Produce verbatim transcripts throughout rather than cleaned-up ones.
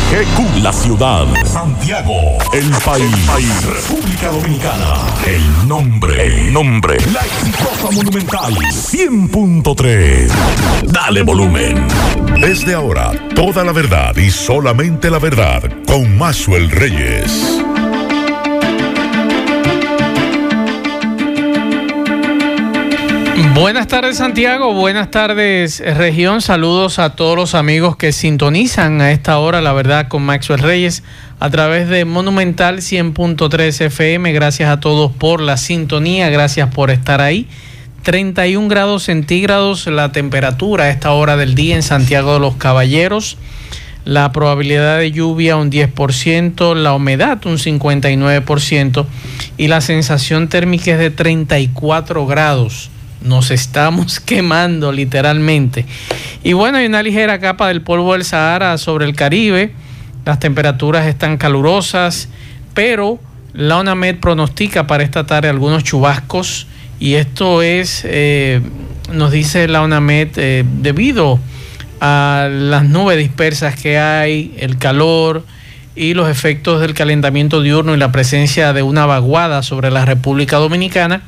G Q, la ciudad. Santiago, el país. República Dominicana, el nombre. El nombre. La exitosa Monumental cien punto tres. Dale volumen. Desde ahora, toda la verdad y solamente la verdad con Maxwell Reyes. Buenas tardes, Santiago. Buenas tardes, región. Saludos a todos los amigos que sintonizan a esta hora, la verdad, con Maxwell Reyes a través de Monumental cien punto tres F M. Gracias a todos por la sintonía, gracias por estar ahí. treinta y un grados centígrados la temperatura a esta hora del día en Santiago de los Caballeros. La probabilidad de lluvia un diez por ciento, la humedad un cincuenta y nueve por ciento y la sensación térmica es de treinta y cuatro grados. Nos estamos quemando literalmente. Y bueno, hay una ligera capa del polvo del Sahara sobre el Caribe. Las temperaturas están calurosas, pero la UNAMED pronostica para esta tarde algunos chubascos. Y esto es, eh, nos dice la UNAMED, eh, debido a las nubes dispersas que hay, el calor y los efectos del calentamiento diurno y la presencia de una vaguada sobre la República Dominicana,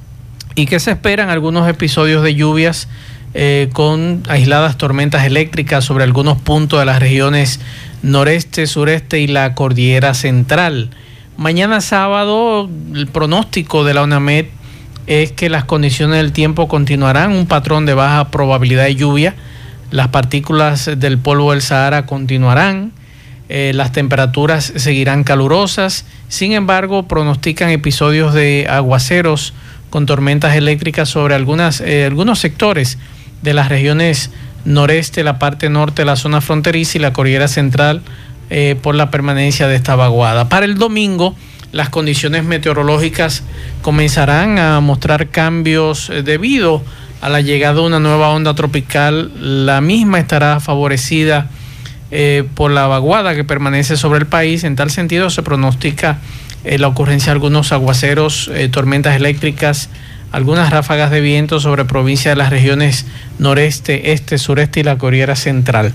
y que se esperan algunos episodios de lluvias eh, con aisladas tormentas eléctricas sobre algunos puntos de las regiones noreste, sureste y la cordillera central. Mañana sábado, el pronóstico de la UNAMED es que las condiciones del tiempo continuarán, un patrón de baja probabilidad de lluvia, las partículas del polvo del Sahara continuarán, eh, las temperaturas seguirán calurosas, sin embargo pronostican episodios de aguaceros con tormentas eléctricas sobre algunas, eh, algunos sectores de las regiones noreste, la parte norte, la zona fronteriza y la cordillera central eh, por la permanencia de esta vaguada. Para el domingo, las condiciones meteorológicas comenzarán a mostrar cambios eh, debido a la llegada de una nueva onda tropical. La misma estará favorecida eh, por la vaguada que permanece sobre el país. En tal sentido, se pronostica Eh, la ocurrencia de algunos aguaceros, eh, tormentas eléctricas, algunas ráfagas de viento sobre provincia de las regiones noreste, este, sureste y la cordillera central.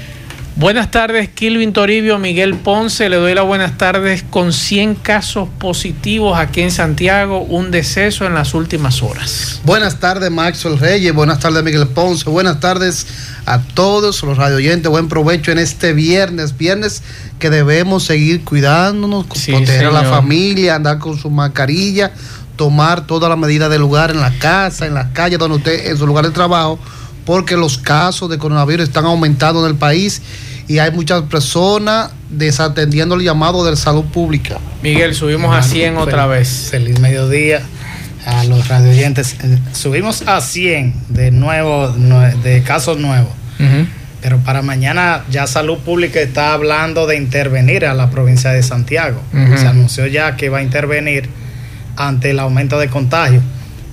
Buenas tardes, Kilvin Toribio, Miguel Ponce, le doy las buenas tardes. Con cien casos positivos aquí en Santiago, un deceso en las últimas horas. Buenas tardes, Maxwell Reyes, buenas tardes, Miguel Ponce, buenas tardes a todos los radio oyentes, buen provecho en este viernes, viernes que debemos seguir cuidándonos, sí, proteger señor. a la familia, andar con su mascarilla, tomar todas las medidas del lugar en la casa, en las calles, donde usted, en su lugar de trabajo, porque los casos de coronavirus están aumentando en el país y hay muchas personas desatendiendo el llamado de salud pública. Miguel, subimos a cien otra vez. Feliz mediodía a los radioyentes. Subimos a cien de nuevo, de casos nuevos. Uh-huh. Pero para mañana ya Salud Pública está hablando de intervenir a la provincia de Santiago. Uh-huh. Se anunció ya que va a intervenir ante el aumento de contagios.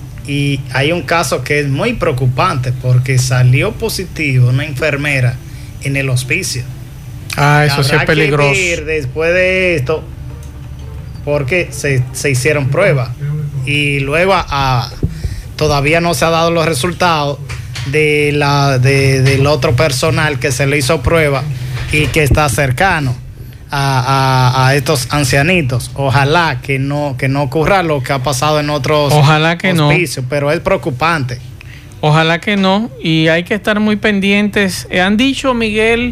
Y hay un caso que es muy preocupante porque salió positivo una enfermera en el hospicio. Ah, eso sí es peligroso. Que ir después de esto porque se, se hicieron pruebas y luego a, a, todavía no se han dado los resultados de la de, del otro personal que se le hizo prueba y que está cercano a, a, a estos ancianitos. Ojalá que no que no ocurra lo que ha pasado en otros Ojalá que hospicios, no. pero es preocupante. Ojalá que no, y hay que estar muy pendientes. ¿Han dicho, Miguel,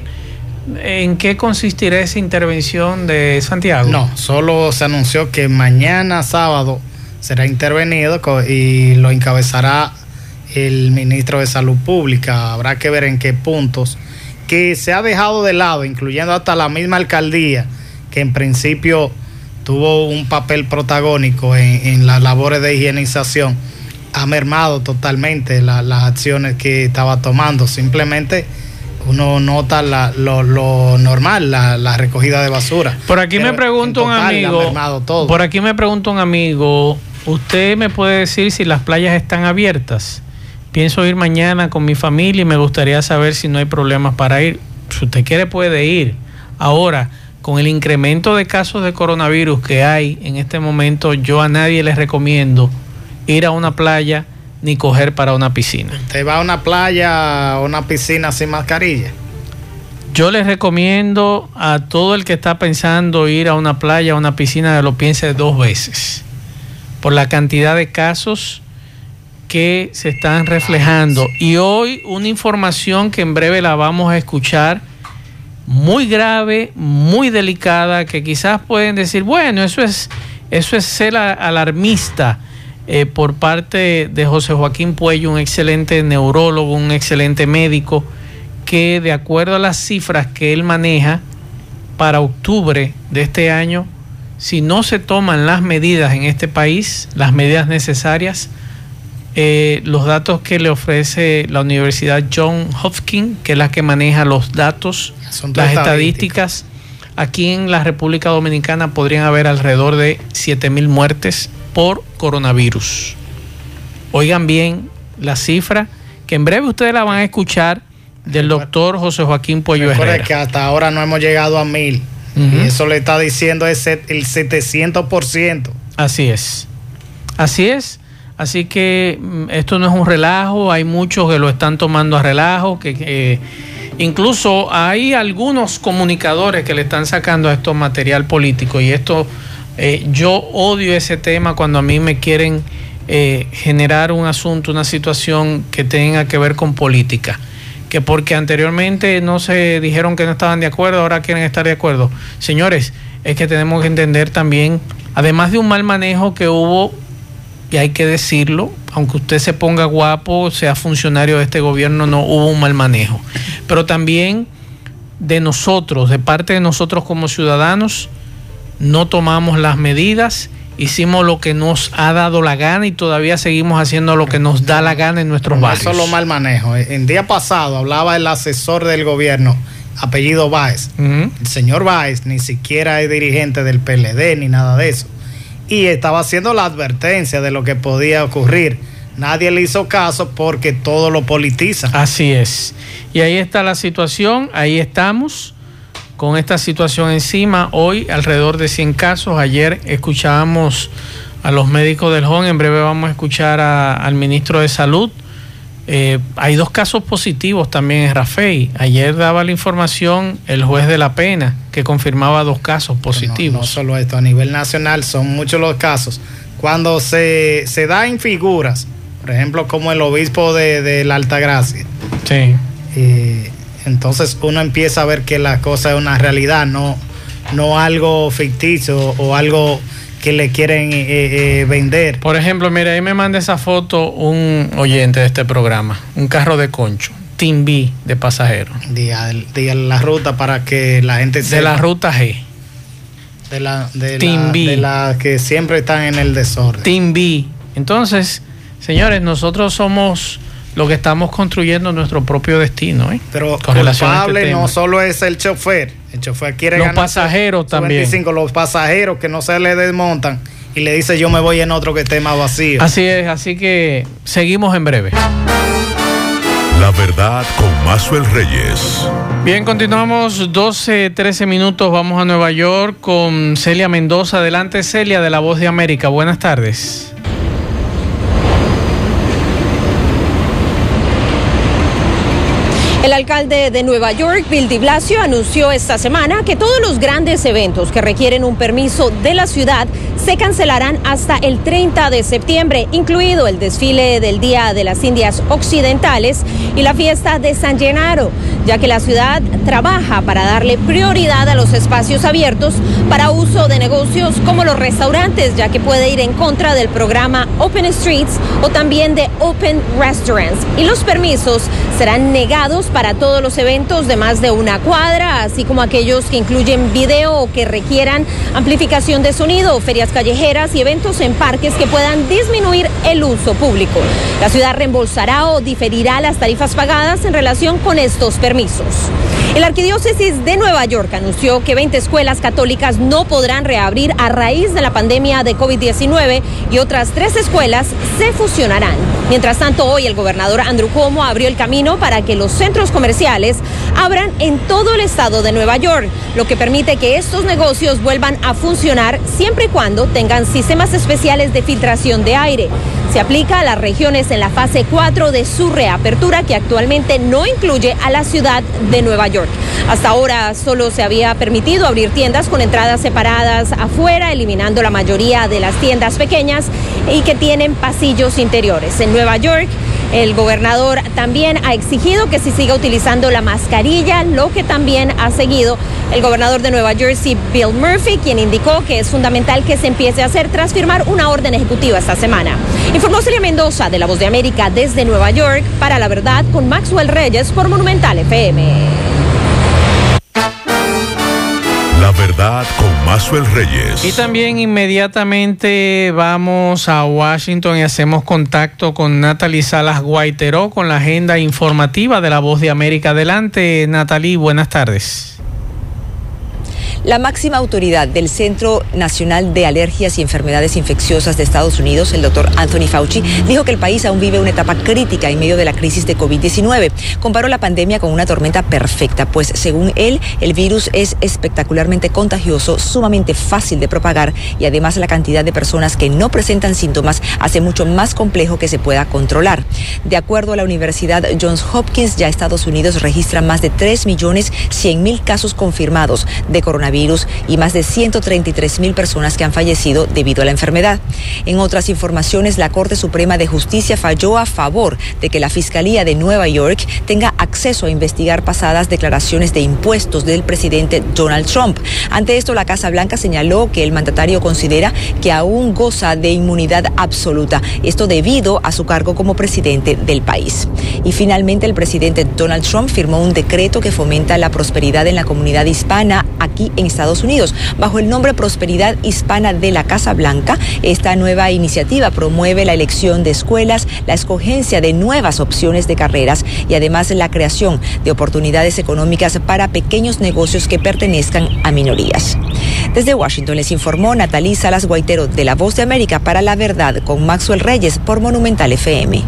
en qué consistirá esa intervención de Santiago? No, solo se anunció que mañana sábado será intervenido y lo encabezará el ministro de Salud Pública. Habrá que ver en qué puntos, que se ha dejado de lado, incluyendo hasta la misma alcaldía, que en principio tuvo un papel protagónico en, en las labores de higienización. Ha mermado totalmente la, las acciones que estaba tomando. Simplemente uno nota la, lo, lo normal, la, la recogida de basura. Por aquí Pero me pregunta un amigo, por aquí me pregunta un amigo, ¿usted me puede decir si las playas están abiertas? Pienso ir mañana con mi familia y me gustaría saber si no hay problemas para ir. Si usted quiere puede ir. Ahora, con el incremento de casos de coronavirus que hay en este momento, yo a nadie les recomiendo ir a una playa ni coger para una piscina. ¿Usted va a una playa o una piscina sin mascarilla? yo les recomiendo a todo el que está pensando ir a una playa, a una piscina, que lo piense dos veces, por la cantidad de casos que se están reflejando. Y hoy una información que en breve la vamos a escuchar, muy grave, muy delicada, que quizás pueden decir, bueno, eso es, eso es ser alarmista eh, por parte de José Joaquín Puello, un excelente neurólogo, un excelente médico, que de acuerdo a las cifras que él maneja para octubre de este año, si no se toman las medidas en este país, las medidas necesarias, eh, los datos que le ofrece la Universidad Johns Hopkins, que es la que maneja los datos, las estadísticas, aquí en la República Dominicana podrían haber alrededor de siete mil muertes por coronavirus. Oigan bien la cifra, que en breve ustedes la van a escuchar, del doctor José Joaquín Puello Herrera. Recuerda que hasta ahora no hemos llegado a mil. Uh-huh. Y eso le está diciendo ese, el setecientos por ciento. Así es. Así es. Así que esto no es un relajo. Hay muchos que lo están tomando a relajo. Que, que incluso hay algunos comunicadores que le están sacando a esto material político. Y esto, eh, yo odio ese tema cuando a mí me quieren eh, generar un asunto, una situación que tenga que ver con política. Que porque anteriormente no se dijeron que no estaban de acuerdo, ahora quieren estar de acuerdo. Señores, es que tenemos que entender también, además de un mal manejo que hubo, y hay que decirlo, aunque usted se ponga guapo, sea funcionario de este gobierno, no hubo un mal manejo. Pero también de nosotros, de parte de nosotros como ciudadanos, no tomamos las medidas, hicimos lo que nos ha dado la gana y todavía seguimos haciendo lo que nos da la gana en nuestros barrios. No solo mal manejo. El día pasado hablaba el asesor del gobierno, apellido Báez. Uh-huh. El señor Báez ni siquiera es dirigente del P L D ni nada de eso. Y estaba haciendo la advertencia de lo que podía ocurrir. Nadie le hizo caso porque todo lo politiza. Así es. Y ahí está la situación, ahí estamos. Con esta situación encima, hoy alrededor de cien casos. Ayer escuchábamos a los médicos del J O N, en breve vamos a escuchar a, al ministro de Salud. Eh, hay dos casos positivos también en Rafey. Ayer daba la información el juez de la Pena, que confirmaba dos casos positivos. No, no solo esto, a nivel nacional son muchos los casos. Cuando se, se da en figuras, por ejemplo, como el obispo de, de la Altagracia. Sí. Eh, Entonces uno empieza a ver que la cosa es una realidad, no, no algo ficticio o algo que le quieren eh, eh, vender. Por ejemplo, mira, ahí me manda esa foto un oyente de este programa, un carro de concho, Team B de pasajeros. Diga, diga la ruta para que la gente sepa. De la ruta G. De la, de Team la, B. de la que siempre están en el desorden. Team B. Entonces, señores, nosotros somos lo que estamos construyendo nuestro propio destino, ¿eh? Pero culpable este no solo es el chofer, el chofer quiere los ganar pasajeros también. veinticinco, los pasajeros que no se le desmontan y le dice yo me voy en otro que esté más vacío. Así es, así que seguimos en breve. La verdad con Maxwell Reyes. Bien, continuamos doce, trece minutos, vamos a Nueva York con Celia Mendoza. Adelante, Celia, de La Voz de América. Buenas tardes. El alcalde de Nueva York, Bill de Blasio, anunció esta semana que todos los grandes eventos que requieren un permiso de la ciudad se cancelarán hasta el treinta de septiembre, incluido el desfile del Día de las Indias Occidentales y la fiesta de San Gennaro, ya que la ciudad trabaja para darle prioridad a los espacios abiertos para uso de negocios como los restaurantes, ya que puede ir en contra del programa Open Streets o también de Open Restaurants. Y los permisos serán negados para todos los eventos de más de una cuadra, así como aquellos que incluyen video o que requieran amplificación de sonido, ferias callejeras y eventos en parques que puedan disminuir el uso público. La ciudad reembolsará o diferirá las tarifas pagadas en relación con estos permisos. El Arquidiócesis de Nueva York anunció que veinte escuelas católicas no podrán reabrir a raíz de la pandemia de COVID diecinueve y otras tres escuelas se fusionarán. Mientras tanto, hoy el gobernador Andrew Cuomo abrió el camino para que los centros comerciales abran en todo el estado de Nueva York, lo que permite que estos negocios vuelvan a funcionar siempre y cuando tengan sistemas especiales de filtración de aire. Se aplica a las regiones en la fase cuatro de su reapertura, que actualmente no incluye a la ciudad de Nueva York. Hasta ahora solo se había permitido abrir tiendas con entradas separadas afuera, eliminando la mayoría de las tiendas pequeñas y que tienen pasillos interiores. En Nueva York, el gobernador también ha exigido que se siga utilizando la mascarilla, lo que también ha seguido el gobernador de Nueva Jersey, Bill Murphy, quien indicó que es fundamental que se empiece a hacer tras firmar una orden ejecutiva esta semana. Informó Celia Mendoza de La Voz de América desde Nueva York para La Verdad con Maxwell Reyes por Monumental F M. La Verdad con Maxwell Reyes. Y también inmediatamente vamos a Washington y hacemos contacto con Natalie Salas Guaiteró con la agenda informativa de La Voz de América. Adelante, Natalie, buenas tardes. La máxima autoridad del Centro Nacional de Alergias y Enfermedades Infecciosas de Estados Unidos, el doctor Anthony Fauci, dijo que el país aún vive una etapa crítica en medio de la crisis de COVID diecinueve. Comparó la pandemia con una tormenta perfecta, pues según él, el virus es espectacularmente contagioso, sumamente fácil de propagar y además la cantidad de personas que no presentan síntomas hace mucho más complejo que se pueda controlar. De acuerdo a la Universidad Johns Hopkins, ya Estados Unidos registra más de tres millones cien mil casos confirmados de coronavirus y más de ciento treinta y tres mil personas que han fallecido debido a la enfermedad. En otras informaciones, la Corte Suprema de Justicia falló a favor de que la Fiscalía de Nueva York tenga acceso a investigar pasadas declaraciones de impuestos del presidente Donald Trump. Ante esto, la Casa Blanca señaló que el mandatario considera que aún goza de inmunidad absoluta, esto debido a su cargo como presidente del país. Y finalmente, el presidente Donald Trump firmó un decreto que fomenta la prosperidad en la comunidad hispana aquí en Estados Unidos. Bajo el nombre Prosperidad Hispana de la Casa Blanca, esta nueva iniciativa promueve la elección de escuelas, la escogencia de nuevas opciones de carreras y además la creación de oportunidades económicas para pequeños negocios que pertenezcan a minorías. Desde Washington les informó Natalie Salas Guaiteró de La Voz de América para La Verdad con Maxwell Reyes por Monumental F M.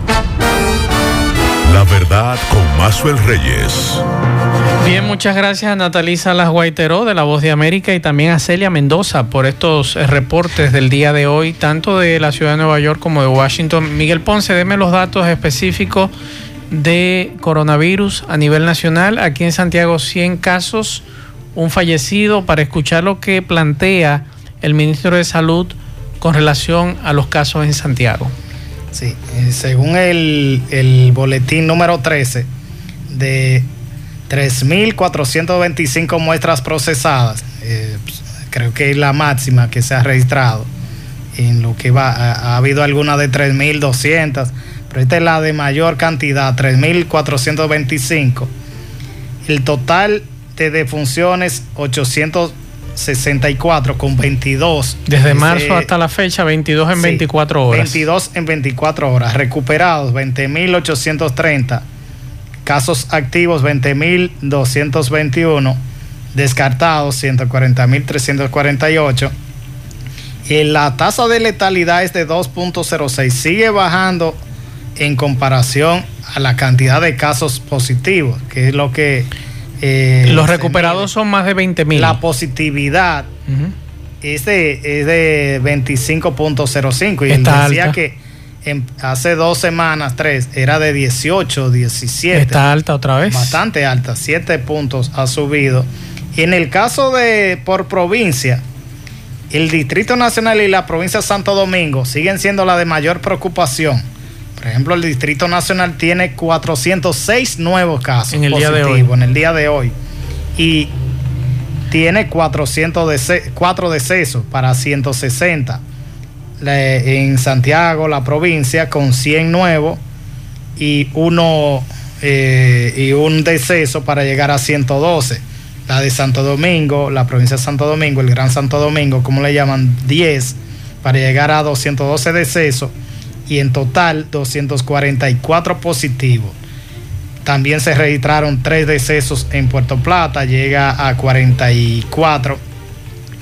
La Verdad con Maxwell Reyes. Bien, muchas gracias a Natalie Salas Guaiteró de La Voz de América y también a Celia Mendoza por estos reportes del día de hoy, tanto de la ciudad de Nueva York como de Washington. Miguel Ponce, deme los datos específicos de coronavirus a nivel nacional. Aquí en Santiago, cien casos, un fallecido, para escuchar lo que plantea el ministro de Salud con relación a los casos en Santiago. Sí, eh, según el, el boletín número trece, de tres mil cuatrocientas veinticinco muestras procesadas, eh, creo que es la máxima que se ha registrado. En lo que va, ha, ha habido algunas de tres mil doscientas, pero esta es la de mayor cantidad, tres mil cuatrocientos veinticinco. El total de defunciones, ochocientos sesenta y cuatro con veintidós. Desde marzo hasta la fecha, veintidós en sí, veinticuatro horas. veintidós en veinticuatro horas. Recuperados, veinte mil ochocientos treinta. Casos activos, veinte mil doscientos veintiuno. Descartados, ciento cuarenta mil trescientos cuarenta y ocho. Y la tasa de letalidad es de dos punto cero seis. Sigue bajando en comparación a la cantidad de casos positivos, que es lo que... Eh, los recuperados son más de veinte mil. La positividad uh-huh. es, de, es de veinticinco punto cero cinco. Y está él decía alta. que en, hace dos semanas, tres, era de dieciocho, diecisiete. Está alta otra vez. Bastante alta, siete puntos ha subido. Y en el caso de por provincia, el Distrito Nacional y la provincia de Santo Domingo siguen siendo la de mayor preocupación. Por ejemplo, el Distrito Nacional tiene cuatrocientos seis nuevos casos en el positivos día de hoy. en el día de hoy. Y tiene cuatrocientos dece- cuatro decesos para ciento sesenta. La, en Santiago, la provincia, con cien nuevos y uno eh, y un deceso para llegar a ciento doce. La de Santo Domingo, la provincia de Santo Domingo, el Gran Santo Domingo, como le llaman, diez para llegar a doscientos doce decesos. Y en total doscientos cuarenta y cuatro positivos. También se registraron tres decesos en Puerto Plata, llega a cuarenta y cuatro.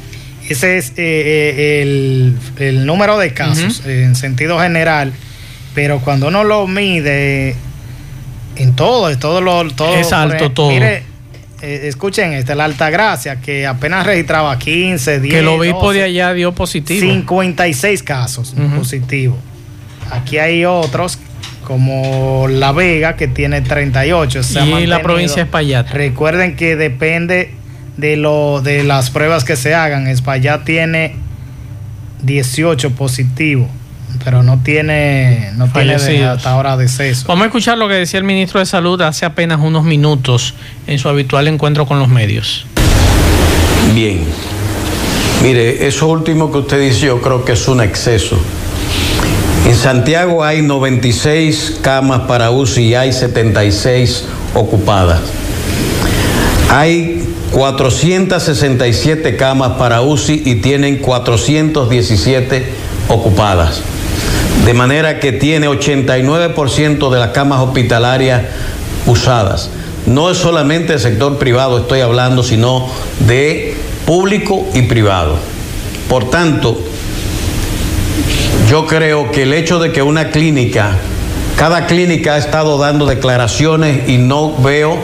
Ese es eh, el, el número de casos. Uh-huh. En sentido general, pero cuando uno lo mide en todo, en todo lo todo, es alto ejemplo, todo. Mire, eh, escuchen este, la Altagracia, que apenas registraba quince, diez, que el obispo doce, de allá dio positivo. cincuenta y seis casos Uh-huh. positivos. Aquí hay otros como La Vega, que tiene treinta y ocho. Se y la provincia de Espaillat. Recuerden que depende de lo de las pruebas que se hagan. Espaillat tiene dieciocho positivos, pero no tiene, no tiene de, hasta ahora deceso. Vamos a escuchar lo que decía el ministro de Salud hace apenas unos minutos en su habitual encuentro con los medios. Bien, mire, eso último que usted dice yo creo que es un exceso. En Santiago hay noventa y seis camas para U C I y hay setenta y seis ocupadas. Hay cuatrocientas sesenta y siete camas para U C I y tienen cuatrocientas diecisiete ocupadas. De manera que tiene ochenta y nueve por ciento de las camas hospitalarias usadas. No es solamente el sector privado, estoy hablando, sino de público y privado. Por tanto, yo creo que el hecho de que una clínica, cada clínica ha estado dando declaraciones y no veo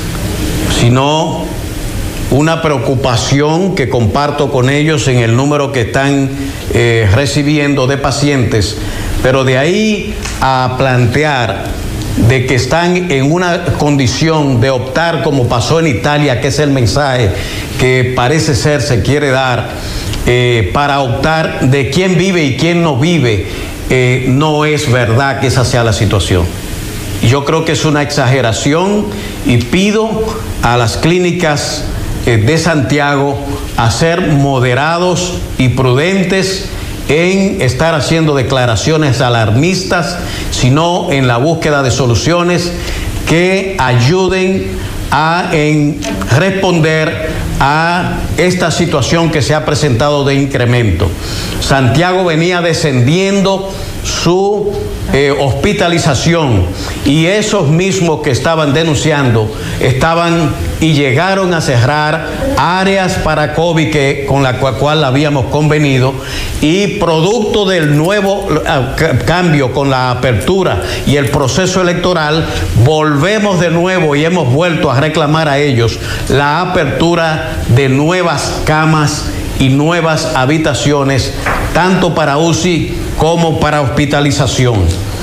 sino una preocupación que comparto con ellos en el número que están eh, recibiendo de pacientes, pero de ahí a plantear de que están en una condición de optar, como pasó en Italia, que es el mensaje que parece ser se quiere dar, eh, para optar de quién vive y quién no vive, eh, no es verdad que esa sea la situación. Yo creo que es una exageración y pido a las clínicas eh, de Santiago a ser moderados y prudentes en estar haciendo declaraciones alarmistas, sino en la búsqueda de soluciones que ayuden a en responder a esta situación que se ha presentado de incremento. Santiago venía descendiendo su eh, hospitalización y esos mismos que estaban denunciando estaban y llegaron a cerrar áreas para COVID que, con la cual, cual habíamos convenido, y producto del nuevo uh, cambio con la apertura y el proceso electoral, volvemos de nuevo y hemos vuelto a reclamar a ellos la apertura de nuevas camas y nuevas habitaciones, tanto para U C I como para hospitalización.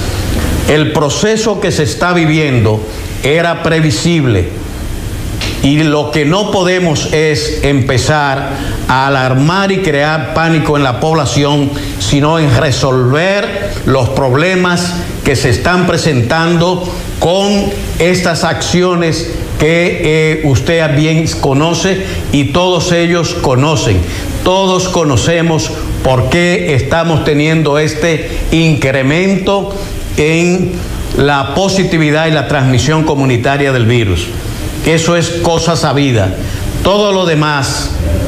El proceso que se está viviendo era previsible y lo que no podemos es empezar a alarmar y crear pánico en la población, sino en resolver los problemas que se están presentando con estas acciones que eh, usted bien conoce y todos ellos conocen. Todos conocemos por qué estamos teniendo este incremento en la positividad y la transmisión comunitaria del virus. Eso es cosa sabida. Todo lo demás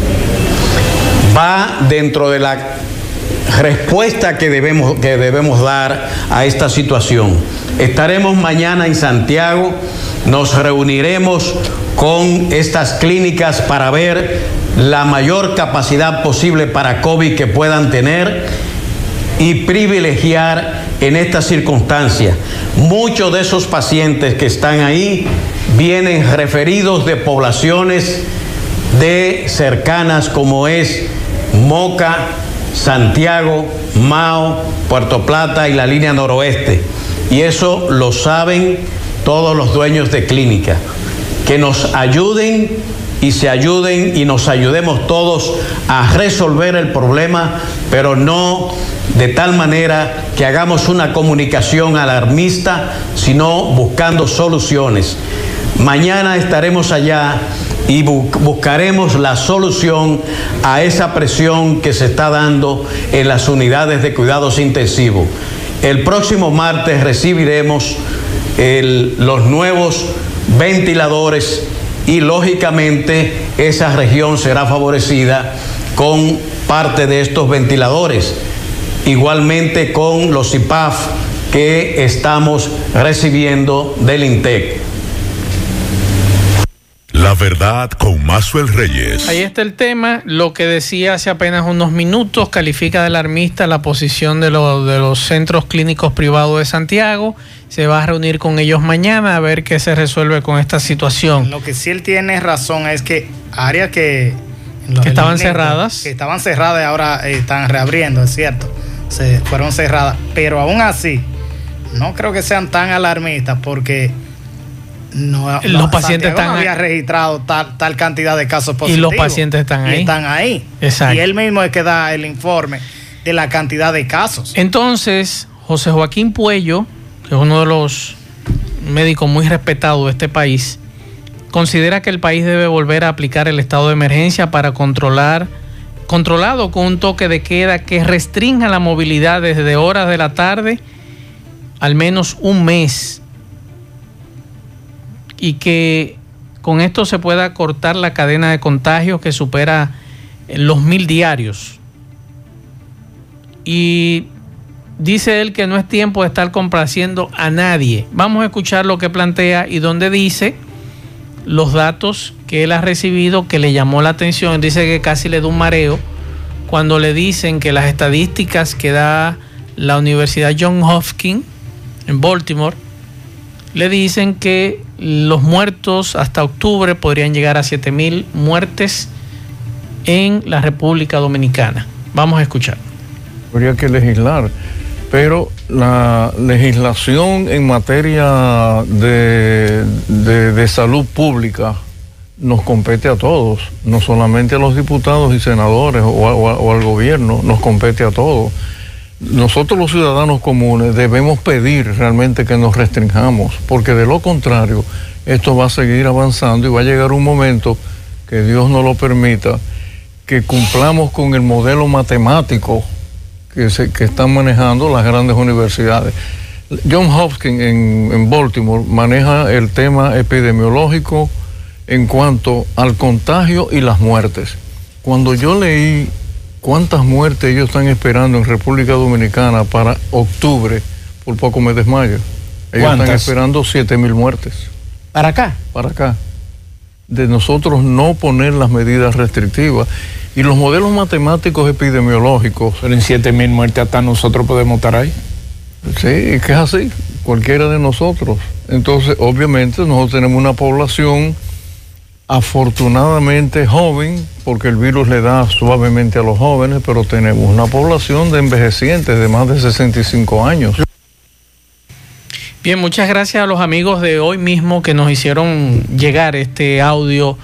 va dentro de la respuesta que debemos, que debemos dar a esta situación. Estaremos mañana en Santiago, nos reuniremos con estas clínicas para ver la mayor capacidad posible para COVID que puedan tener y privilegiar en estas circunstancias. Muchos de esos pacientes que están ahí vienen referidos de poblaciones de cercanas como es Moca, Santiago, Mao, Puerto Plata y la línea noroeste. Y eso lo saben todos los dueños de clínica. Que nos ayuden y se ayuden y nos ayudemos todos a resolver el problema, pero no de tal manera que hagamos una comunicación alarmista, sino buscando soluciones. Mañana estaremos allá y bu- buscaremos la solución a esa presión que se está dando en las unidades de cuidados intensivos. El próximo martes recibiremos el, los nuevos ventiladores y lógicamente esa región será favorecida con parte de estos ventiladores, igualmente con los I P A F que estamos recibiendo del INTEC. La La verdad con Maxwell Reyes. Ahí está el tema. Lo que decía hace apenas unos minutos, califica de alarmista la posición de, lo, de los centros clínicos privados de Santiago. Se va a reunir con ellos mañana a ver qué se resuelve con esta situación. Lo que sí él tiene razón es que áreas que, que estaban cerradas. Que estaban cerradas y ahora eh, están reabriendo, es cierto. Se fueron cerradas. Pero aún así, no creo que sean tan alarmistas porque no, los no, pacientes Santiago están no había ahí. registrado tal, tal cantidad de casos positivos. Y los pacientes están ahí. Y están ahí. Exacto. Y él mismo es que da el informe de la cantidad de casos. Entonces, José Joaquín Puello, que es uno de los médicos muy respetados de este país, considera que el país debe volver a aplicar el estado de emergencia para controlar, controlado con un toque de queda que restrinja la movilidad desde horas de la tarde al menos un mes, y que con esto se pueda cortar la cadena de contagios que supera los mil diarios. Y dice él que no es tiempo de estar complaciendo a nadie. Vamos a escuchar lo que plantea y donde dice los datos que él ha recibido que le llamó la atención. Dice que casi le da un mareo cuando le dicen que las estadísticas que da la Universidad Johns Hopkins en Baltimore le dicen que los muertos hasta octubre podrían llegar a siete mil muertes en la República Dominicana. Vamos a escuchar. Habría que legislar, pero la legislación en materia de, de, de salud pública nos compete a todos, no solamente a los diputados y senadores o, o, o al gobierno, nos compete a todos. Nosotros los ciudadanos comunes debemos pedir realmente que nos restringamos, porque de lo contrario esto va a seguir avanzando y va a llegar un momento, que Dios nos lo permita, que cumplamos con el modelo matemático que, se, que están manejando las grandes universidades. Johns Hopkins en, en Baltimore maneja el tema epidemiológico en cuanto al contagio y las muertes. Cuando yo leí cuántas muertes ellos están esperando en República Dominicana para octubre, por poco me desmayo. Ellos ¿Cuántas? Están esperando siete mil muertes. ¿Para acá? Para acá. De nosotros no poner las medidas restrictivas. Y los modelos matemáticos epidemiológicos... Pero en siete mil muertes hasta nosotros podemos estar ahí. Sí, es que es así, cualquiera de nosotros. Entonces, obviamente, nosotros tenemos una población afortunadamente joven, porque el virus le da suavemente a los jóvenes, pero tenemos una población de envejecientes de más de sesenta y cinco años. Bien, muchas gracias a los amigos de hoy mismo que nos hicieron llegar este audio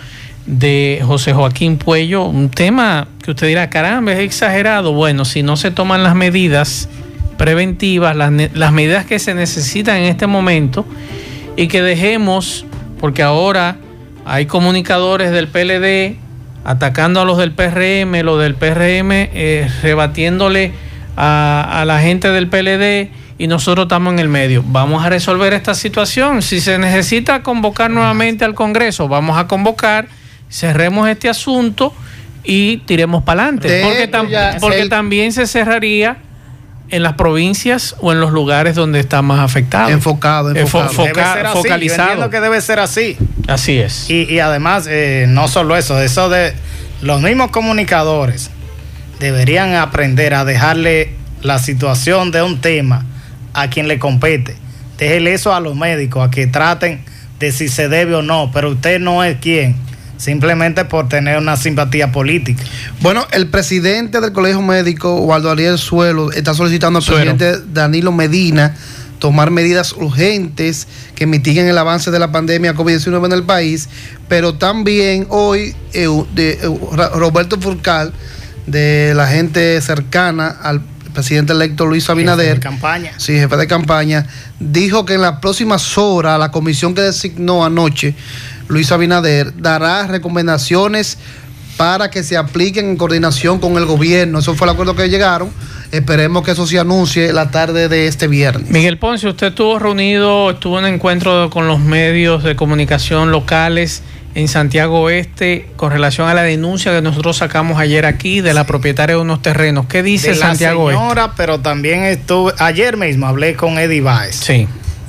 de José Joaquín Puello, un tema que usted dirá, caramba, es exagerado. Bueno, si no se toman las medidas preventivas, las, las medidas que se necesitan en este momento, y que dejemos, porque ahora hay comunicadores del P L D atacando a los del P R M, los del P R M eh, rebatiéndole a, a la gente del P L D, y nosotros estamos en el medio. Vamos a resolver esta situación. Si se necesita convocar nuevamente al Congreso, vamos a convocar, cerremos este asunto y tiremos para adelante. Porque, tam ya, porque el... también se cerraría en las provincias o en los lugares donde está más afectado. Enfocado, enfocado. Fo debe ser así. Focalizado. Yo entiendo que debe ser así. Así es. Y, y además, eh, no solo eso, eso de los mismos comunicadores deberían aprender a dejarle la situación de un tema a quien le compete. Déjele eso a los médicos, a que traten de si se debe o no, pero usted no es quien, simplemente por tener una simpatía política. Bueno, el presidente del Colegio Médico, Waldo Ariel Suelo, está solicitando al Suero. presidente Danilo Medina tomar medidas urgentes que mitiguen el avance de la pandemia COVID diecinueve en el país, pero también hoy eh, de, eh, Roberto Furcal, de la gente cercana al presidente electo Luis Abinader, jefe de campaña. Sí, jefe de campaña, dijo que en las próximas horas la comisión que designó anoche Luis Abinader dará recomendaciones para que se apliquen en coordinación con el gobierno. Eso fue el acuerdo que llegaron. Esperemos que eso se anuncie la tarde de este viernes. Miguel Ponce, usted estuvo reunido, estuvo en encuentro con los medios de comunicación locales en Santiago Oeste con relación a la denuncia que nosotros sacamos ayer aquí de la propietaria de unos terrenos. ¿Qué dice de Santiago Oeste? La señora, Oeste? pero también estuve, ayer mismo hablé con Eddie Baez. Sí.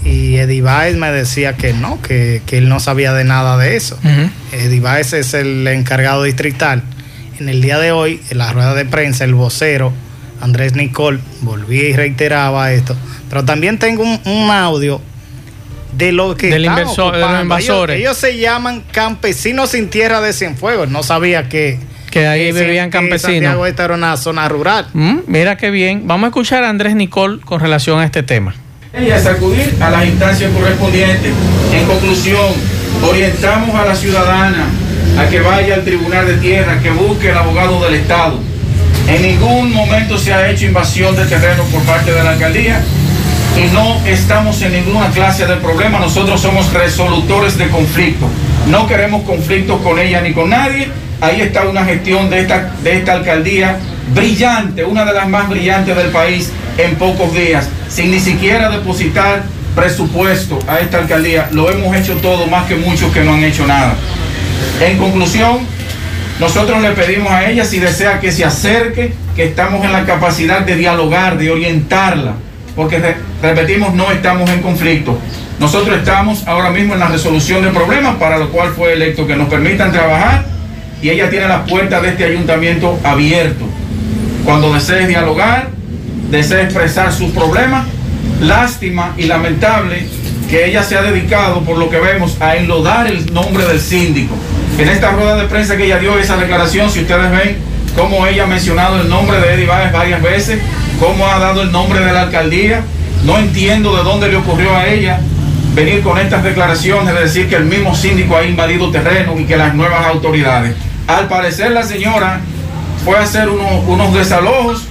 y Eddie Baez me decía que no, que, que él no sabía de nada de eso. Uh-huh. Eddie Baez es el encargado distrital. En el día de hoy, en la rueda de prensa, el vocero Andrés Nicol volvía y reiteraba esto. Pero también tengo un, un audio de lo que Del inversor, de los invasores. Ellos, ellos se llaman Campesinos Sin Tierra de Cienfuegos. No sabía que, que ahí que vivían campesinos. Que Santiago Este era una zona rural. Mm, mira qué bien. Vamos a escuchar a Andrés Nicol con relación a este tema. Y a sacudir a las instancias correspondientes. En conclusión, orientamos a la ciudadana a que vaya al Tribunal de Tierra, que busque el abogado del Estado. En ningún momento se ha hecho invasión de terreno por parte de la alcaldía y no estamos en ninguna clase de problema. Nosotros somos resolutores de conflictos. No queremos conflictos con ella ni con nadie. Ahí está una gestión de esta, de esta alcaldía brillante, una de las más brillantes del país en pocos días, sin ni siquiera depositar presupuesto a esta alcaldía. Lo hemos hecho todo, más que muchos que no han hecho nada. En conclusión, nosotros le pedimos a ella si desea que se acerque, que estamos en la capacidad de dialogar, de orientarla, porque re- repetimos, no estamos en conflicto. Nosotros estamos ahora mismo en la resolución de problemas, para lo cual fue electo, que nos permitan trabajar, y ella tiene las puertas de este ayuntamiento abiertas. Cuando desee dialogar, desee expresar sus problemas, lástima y lamentable que ella se ha dedicado, por lo que vemos, a enlodar el nombre del síndico. En esta rueda de prensa que ella dio, esa declaración, si ustedes ven cómo ella ha mencionado el nombre de Eddie Baez varias veces, cómo ha dado el nombre de la alcaldía, no entiendo de dónde le ocurrió a ella venir con estas declaraciones de decir que el mismo síndico ha invadido terreno y que las nuevas autoridades. Al parecer la señora fue a hacer unos, unos desalojos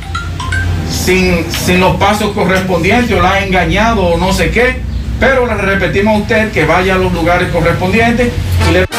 sin, sin los pasos correspondientes, o la ha engañado o no sé qué, pero le repetimos a usted que vaya a los lugares correspondientes y le...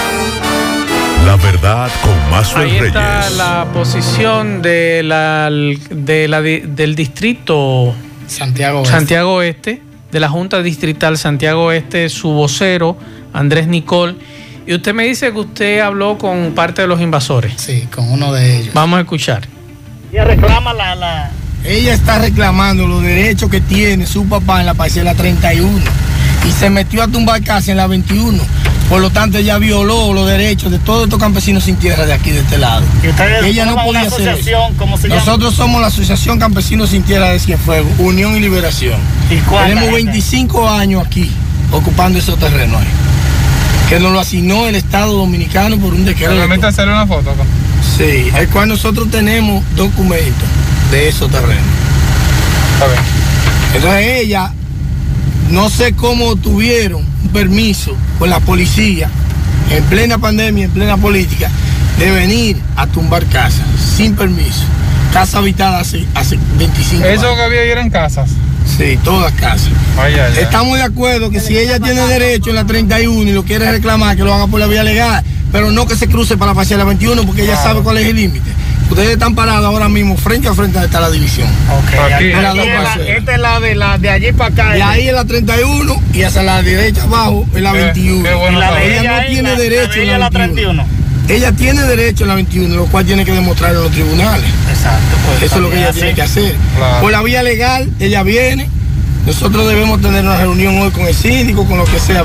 La verdad con Maxwell Reyes. Ahí está la posición de la, de la, del distrito Santiago Oeste. Santiago Oeste, de la Junta Distrital Santiago Oeste, su vocero, Andrés Nicol. Y usted me dice que usted habló con parte de los invasores. Sí, con uno de ellos. Vamos a escuchar. Ella reclama la, la... Ella está reclamando los derechos que tiene su papá en la parcela treinta y uno y se metió a tumbar casa en la veintiuno. Por lo tanto, ella violó los derechos de todos estos campesinos sin tierra de aquí, de este lado. ¿Y ustedes ella no podía hacer eso. ¿Cómo se llama? Nosotros somos la Asociación Campesinos Sin Tierra de Cienfuegos, Unión y Liberación. ¿Y cuál? Tenemos veinticinco años aquí ocupando esos terrenos ahí, que nos lo asignó el Estado Dominicano por un decreto. ¿Me permite hacer una foto acá? Sí, el cual nosotros tenemos documentos de esos terrenos. Está bien. Entonces ella, no sé cómo tuvieron un permiso con la policía en plena pandemia, en plena política, de venir a tumbar casas sin permiso. Casa habitada hace, hace veinticinco años. ¿Eso que había ahí eran casas? Sí, todas casas. Ay, ay, ay. Estamos de acuerdo que si ella tiene derecho en la treinta y uno y lo quiere reclamar, que lo haga por la vía legal, pero no que se cruce para la parcela veintiuno, porque ella sabe cuál es el límite. Ustedes están parados ahora mismo frente a frente está la división. Okay. Aquí, aquí, aquí es la, esta es la de la de allí para acá. Y ahí es la treinta y uno y hacia la derecha abajo es la veintiuno. Qué bueno, y la de ella, ella no tiene la, derecho la en la, la treinta y uno. Ella tiene derecho en la veintiuno, lo cual tiene que demostrar en los tribunales. Exacto. Pues, eso es lo que ella así tiene que hacer. Claro. Por la vía legal, ella viene. Nosotros debemos tener una reunión hoy con el síndico, con lo que sea.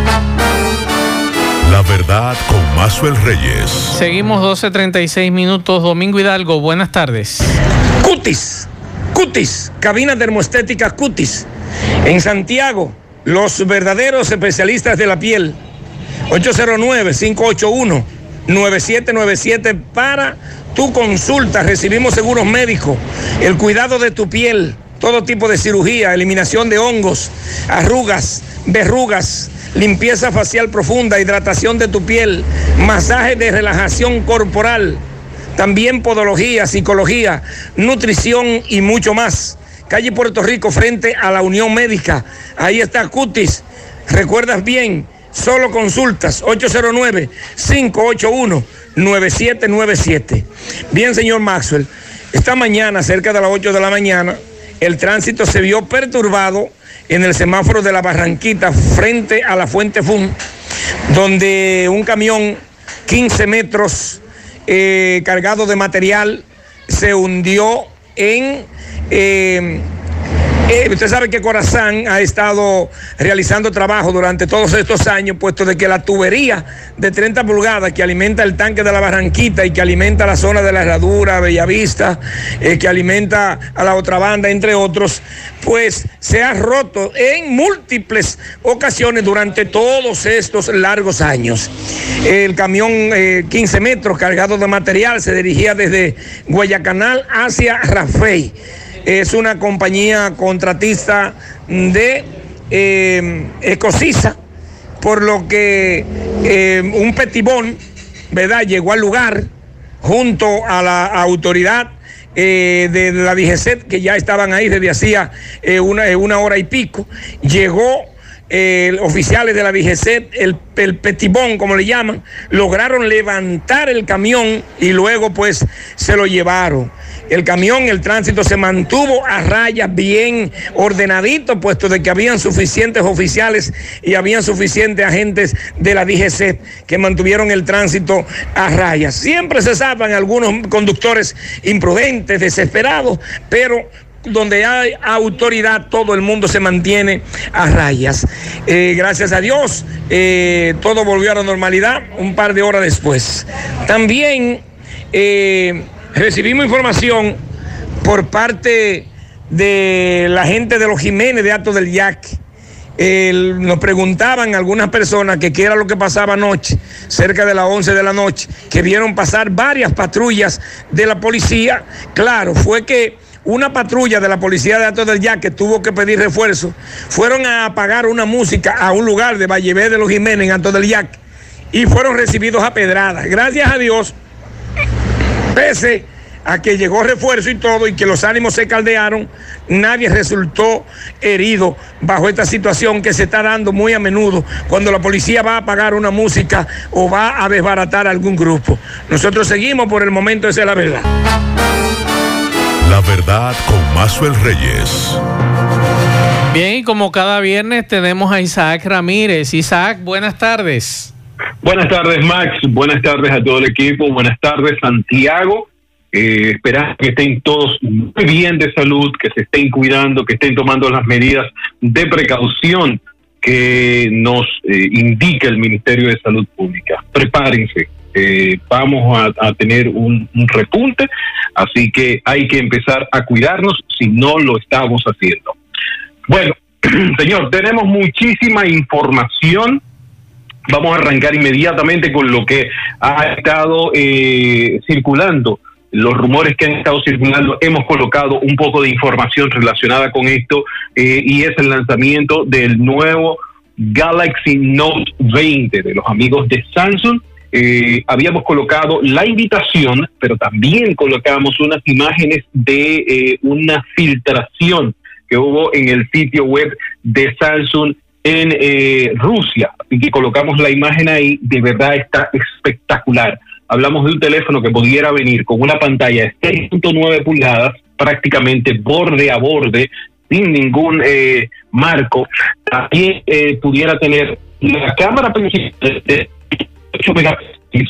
La verdad con Maxwell Reyes. Seguimos doce treinta y seis minutos. Domingo Hidalgo, buenas tardes. Cutis, Cutis, cabina termoestética Cutis. En Santiago, los verdaderos especialistas de la piel. ocho cero nueve, cinco ocho uno, nueve siete nueve siete para tu consulta. Recibimos seguros médicos, el cuidado de tu piel, todo tipo de cirugía, eliminación de hongos, arrugas, verrugas, limpieza facial profunda, hidratación de tu piel, masaje de relajación corporal, también podología, psicología, nutrición y mucho más. Calle Puerto Rico, frente a la Unión Médica. Ahí está Cutis. ¿Recuerdas bien? Solo consultas, ocho cero nueve, cinco ocho uno, nueve siete nueve siete. Bien, señor Maxwell, esta mañana, cerca de las ocho de la mañana, el tránsito se vio perturbado en el semáforo de la Barranquita, frente a la Fuente Fun, donde un camión quince metros eh, cargado de material se hundió en, eh, Eh, usted sabe que Corazán ha estado realizando trabajo durante todos estos años, puesto de que la tubería de treinta pulgadas que alimenta el tanque de la Barranquita y que alimenta la zona de la Herradura, Bellavista, eh, que alimenta a la otra banda, entre otros, pues se ha roto en múltiples ocasiones durante todos estos largos años. El camión eh, quince metros cargado de material se dirigía desde Guayacanal hacia Rafey. Es una compañía contratista de eh, Ecosisa, por lo que eh, un petibón, ¿verdad?, llegó al lugar junto a la autoridad eh, de, de la D G C E T, que ya estaban ahí desde hacía eh, una, una hora y pico. Llegó eh, oficiales de la D G C E T, el, el petibón, como le llaman, lograron levantar el camión y luego pues se lo llevaron. El camión, el tránsito se mantuvo a raya, bien ordenadito, puesto de que habían suficientes oficiales y habían suficientes agentes de la D G C E T que mantuvieron el tránsito a raya. Siempre se salvan algunos conductores imprudentes, desesperados, pero donde hay autoridad, todo el mundo se mantiene a rayas. Eh, gracias a Dios, eh, todo volvió a la normalidad un par de horas después. También eh, recibimos información por parte de la gente de los Jiménez de Alto del Yaque. Eh, nos preguntaban algunas personas que qué era lo que pasaba anoche, cerca de las once de la noche, que vieron pasar varias patrullas de la policía. Claro, fue que una patrulla de la policía de Alto del Yaque tuvo que pedir refuerzo. Fueron a apagar una música a un lugar de Vallevé de los Jiménez en Alto del Yaque y fueron recibidos a pedradas. Gracias a Dios, pese a que llegó refuerzo y todo y que los ánimos se caldearon, nadie resultó herido bajo esta situación que se está dando muy a menudo cuando la policía va a apagar una música o va a desbaratar algún grupo. Nosotros seguimos por el momento, esa es la verdad. La verdad con Maxwell Reyes. Bien, y como cada viernes tenemos a Isaac Ramírez. Isaac, buenas tardes. Buenas tardes, Max. Buenas tardes a todo el equipo. Buenas tardes, Santiago. Eh, esperamos que estén todos muy bien de salud, que se estén cuidando, que estén tomando las medidas de precaución que nos eh, indica el Ministerio de Salud Pública. Prepárense. Eh, vamos a, a tener un, un repunte, así que hay que empezar a cuidarnos si no lo estamos haciendo. Bueno, señor, tenemos muchísima información. Vamos a arrancar inmediatamente con lo que ha estado eh, circulando, los rumores que han estado circulando. Hemos colocado un poco de información relacionada con esto eh, y es el lanzamiento del nuevo Galaxy Note veinte de los amigos de Samsung. Eh, habíamos colocado la invitación, pero también colocamos unas imágenes de eh, una filtración que hubo en el sitio web de Samsung en eh, Rusia. Así que colocamos la imagen ahí, de verdad está espectacular. Hablamos de un teléfono que pudiera venir con una pantalla de seis punto nueve pulgadas, prácticamente borde a borde, sin ningún eh, marco. También eh, pudiera tener la cámara principal de ocho megapíxeles.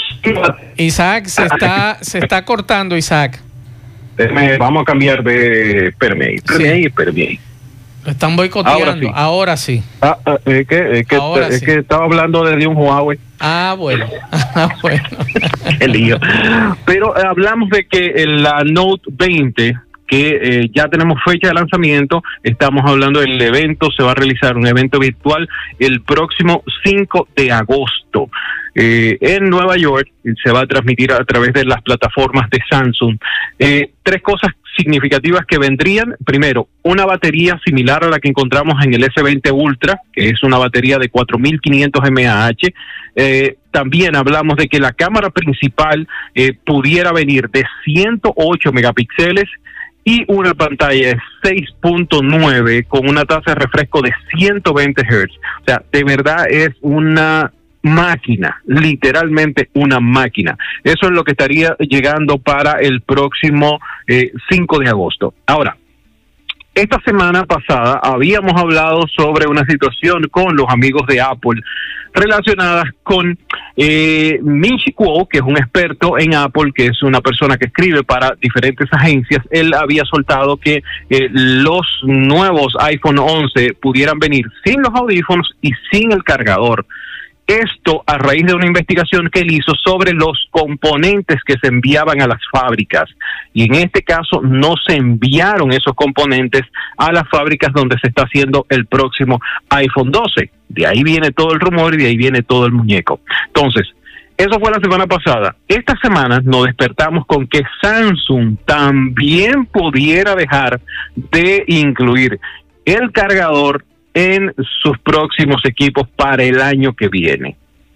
Isaac, se está, se está cortando, Isaac. Déjame, vamos a cambiar de... Espérame, espérame, Sí. espérame. Lo están boicoteando. Ahora sí. Ahora sí. Ah, ah, es que, es que, Ahora es sí. que estaba hablando desde un Huawei. Ah, bueno. Ah, bueno. Qué lío. Pero eh, hablamos de que en la Note veinte, que eh, ya tenemos fecha de lanzamiento, estamos hablando del evento, se va a realizar un evento virtual el próximo cinco de agosto. Eh, en Nueva York, se va a transmitir a través de las plataformas de Samsung. Eh, tres cosas significativas que vendrían. Primero, una batería similar a la que encontramos en el S veinte Ultra, que es una batería de cuatro mil quinientos miliamperios hora. Eh, también hablamos de que la cámara principal eh, pudiera venir de ciento ocho megapíxeles y una pantalla de seis punto nueve con una tasa de refresco de ciento veinte hertz. O sea, de verdad es una máquina, literalmente una máquina. Eso es lo que estaría llegando para el próximo eh, cinco de agosto. Ahora, esta semana pasada habíamos hablado sobre una situación con los amigos de Apple relacionadas con eh, Ming-Chi Kuo, que es un experto en Apple, que es una persona que escribe para diferentes agencias. Él había soltado que eh, los nuevos iPhone once pudieran venir sin los audífonos y sin el cargador. Esto a raíz de una investigación que él hizo sobre los componentes que se enviaban a las fábricas. Y en este caso no se enviaron esos componentes a las fábricas donde se está haciendo el próximo iPhone doce. De ahí viene todo el rumor y de ahí viene todo el muñeco. Entonces, eso fue la semana pasada. Esta semana nos despertamos con que Samsung también pudiera dejar de incluir el cargador en sus próximos equipos para el año que viene.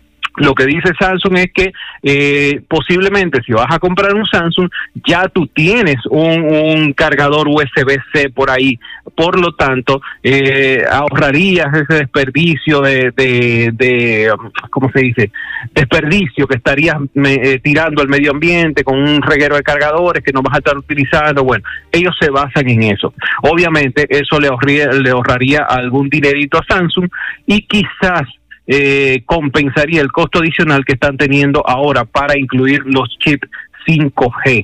Lo que dice Samsung es que eh, posiblemente si vas a comprar un Samsung, ya tú tienes un, un cargador U S B C por ahí. Por lo tanto, eh, ahorrarías ese desperdicio de, de, de, ¿cómo se dice? Desperdicio que estarías me, eh, tirando al medio ambiente con un reguero de cargadores que no vas a estar utilizando. Bueno, ellos se basan en eso. Obviamente, eso le ahorraría, le ahorraría algún dinerito a Samsung y quizás Eh, compensaría el costo adicional que están teniendo ahora para incluir los chips cinco G.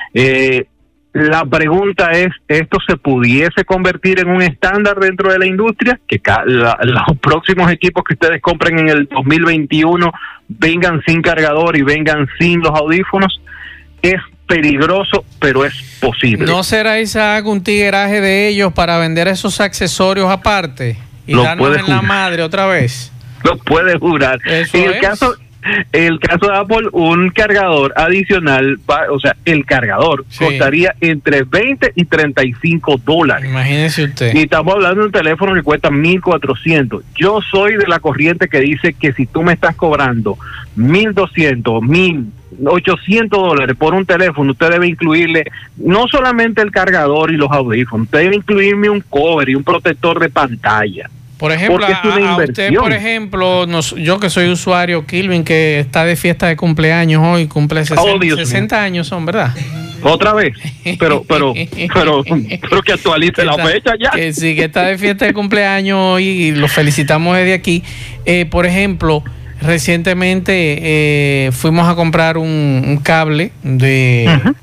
Eh, la pregunta es, ¿esto se pudiese convertir en un estándar dentro de la industria? Que ca- la, los próximos equipos que ustedes compren en el dos mil veintiuno vengan sin cargador y vengan sin los audífonos. Es peligroso, pero es posible. ¿No será, Isaac, un tigueraje de ellos para vender esos accesorios aparte y Lo darnos puede en la jurar. madre otra vez? Lo puede jurar. Eso En el es. caso, el caso de Apple, un cargador adicional, va, o sea, el cargador Sí. costaría entre veinte y treinta y cinco dólares. Imagínese usted. Y estamos hablando de un teléfono que cuesta mil cuatrocientos. Yo soy de la corriente que dice que si tú me estás cobrando mil doscientos, mil ochocientos dólares por un teléfono, usted debe incluirle no solamente el cargador y los audífonos, usted debe incluirme un cover y un protector de pantalla. Por ejemplo, Porque es una a, a inversión. usted, por ejemplo, nos, yo que soy usuario, Kilvin, que está de fiesta de cumpleaños hoy, cumple sesenta, Oh, Dios sesenta años son, ¿verdad? Otra vez, pero pero pero pero que actualice la Está- fecha ya. Que sí, que está de fiesta de cumpleaños hoy y lo felicitamos desde aquí. Eh, por ejemplo, recientemente eh, fuimos a comprar un, un cable de, Ujú.